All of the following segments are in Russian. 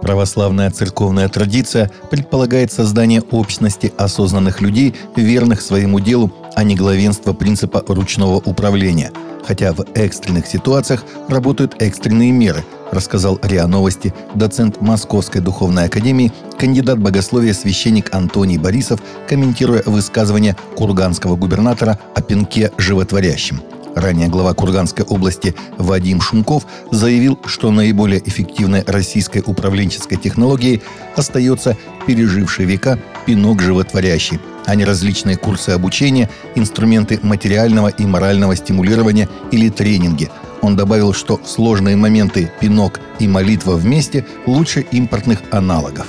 Православная церковная традиция предполагает создание общности осознанных людей, верных своему делу, а не главенство принципа ручного управления. Хотя в экстренных ситуациях работают экстренные меры, рассказал РИА Новости доцент Московской духовной академии, кандидат богословия священник Антоний Борисов, комментируя высказывание курганского губернатора о пинке животворящем. Ранее глава Курганской области Вадим Шумков заявил, что наиболее эффективной российской управленческой технологией остается переживший века пинок животворящий, а не различные курсы обучения, инструменты материального и морального стимулирования или тренинги. Он добавил, что в сложные моменты пинок и молитва вместе лучше импортных аналогов.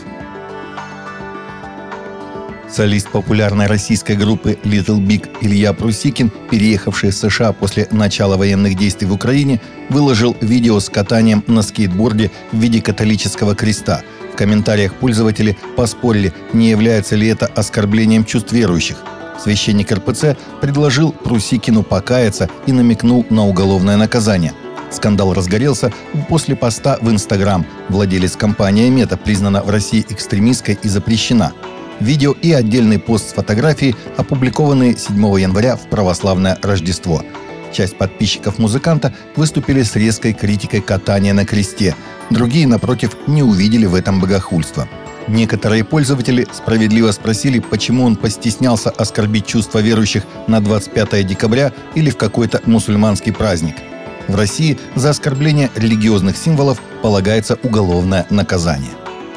Солист популярной российской группы Little Big Илья Прусикин, переехавший в США после начала военных действий в Украине, выложил видео с катанием на скейтборде в виде католического креста. В комментариях пользователи поспорили, не является ли это оскорблением чувств верующих. Священник РПЦ предложил Прусикину покаяться и намекнул на уголовное наказание. Скандал разгорелся после поста в Instagram. Владелец компании Мета признана в России экстремистской и запрещена. Видео и отдельный пост с фотографией, опубликованные 7 января в православное Рождество. Часть подписчиков музыканта выступили с резкой критикой катания на кресте. Другие, напротив, не увидели в этом богохульства. Некоторые пользователи справедливо спросили, почему он постеснялся оскорбить чувства верующих на 25 декабря или в какой-то мусульманский праздник. В России за оскорбление религиозных символов полагается уголовное наказание.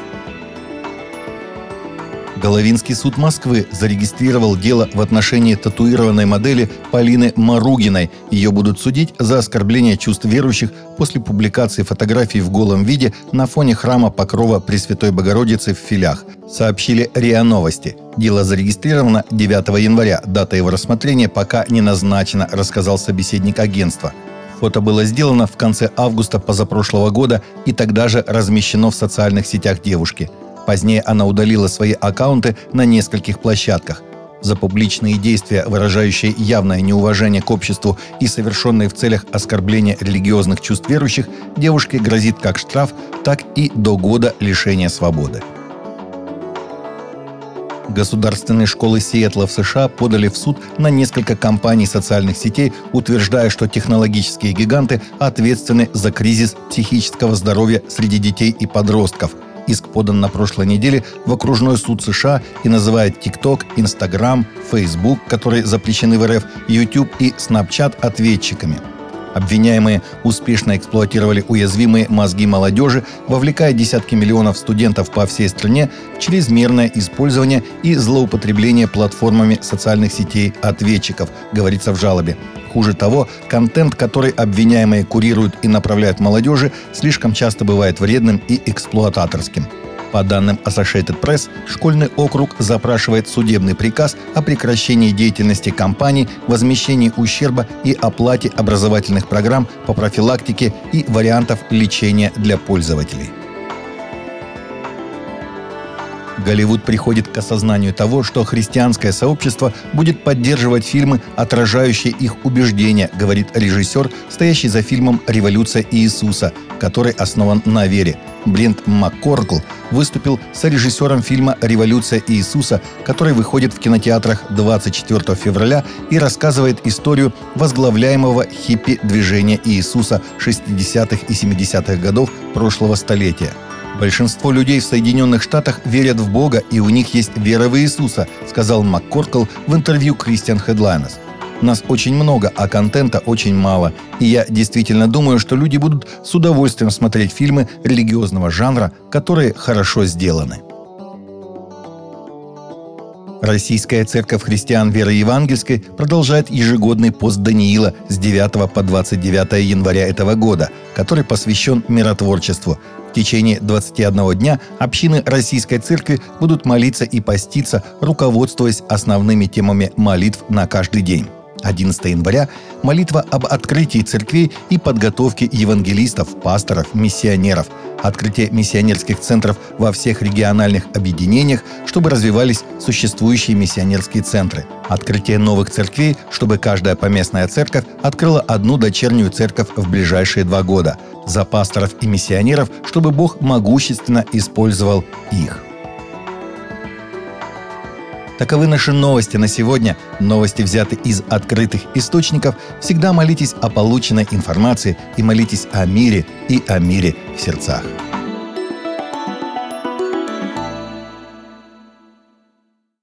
Головинский суд Москвы зарегистрировал дело в отношении татуированной модели Полины Маругиной. Ее будут судить за оскорбление чувств верующих после публикации фотографий в голом виде на фоне храма Покрова Пресвятой Богородицы в Филях, сообщили РИА Новости. Дело зарегистрировано 9 января. Дата его рассмотрения пока не назначена, рассказал собеседник агентства. Фото было сделано в конце августа позапрошлого года и тогда же размещено в социальных сетях девушки. Позднее она удалила свои аккаунты на нескольких площадках. За публичные действия, выражающие явное неуважение к обществу и совершенные в целях оскорбления религиозных чувств верующих, девушке грозит как штраф, так и до года лишения свободы. Государственные школы Сиэтла в США подали в суд на несколько компаний социальных сетей, утверждая, что технологические гиганты ответственны за кризис психического здоровья среди детей и подростков. Иск подан на прошлой неделе в окружной суд США и называет TikTok, Instagram, Facebook, которые запрещены в РФ, YouTube и Snapchat ответчиками. Обвиняемые успешно эксплуатировали уязвимые мозги молодежи, вовлекая десятки миллионов студентов по всей стране в чрезмерное использование и злоупотребление платформами социальных сетей ответчиков, говорится в жалобе. Хуже того, контент, который обвиняемые курируют и направляют молодежи, слишком часто бывает вредным и эксплуататорским. По данным Associated Press, школьный округ запрашивает судебный приказ о прекращении деятельности компаний, возмещении ущерба и оплате образовательных программ по профилактике и вариантов лечения для пользователей. Голливуд приходит к осознанию того, что христианское сообщество будет поддерживать фильмы, отражающие их убеждения, говорит режиссер, стоящий за фильмом «Революция Иисуса», который основан на вере. Брент МакКоркл выступил сорежиссером фильма «Революция Иисуса», который выходит в кинотеатрах 24 февраля и рассказывает историю возглавляемого хиппи-движения Иисуса 60-х и 70-х годов прошлого столетия. «Большинство людей в Соединенных Штатах верят в Бога, и у них есть вера в Иисуса», сказал МакКоркл в интервью Christian Headliners. «Нас очень много, а контента очень мало. И я действительно думаю, что люди будут с удовольствием смотреть фильмы религиозного жанра, которые хорошо сделаны». Российская церковь христиан веры евангельской продолжает ежегодный пост Даниила с 9 по 29 января этого года, который посвящен миротворчеству. В течение 21 дня общины Российской Церкви будут молиться и поститься, руководствуясь основными темами молитв на каждый день. 11 января – молитва об открытии церквей и подготовке евангелистов, пасторов, миссионеров, открытие миссионерских центров во всех региональных объединениях, чтобы развивались существующие миссионерские центры, открытие новых церквей, чтобы каждая поместная церковь открыла одну дочернюю церковь в ближайшие 2 года, за пасторов и миссионеров, чтобы Бог могущественно использовал их. Таковы наши новости на сегодня. Новости взяты из открытых источников. Всегда молитесь о полученной информации и молитесь о мире и о мире в сердцах.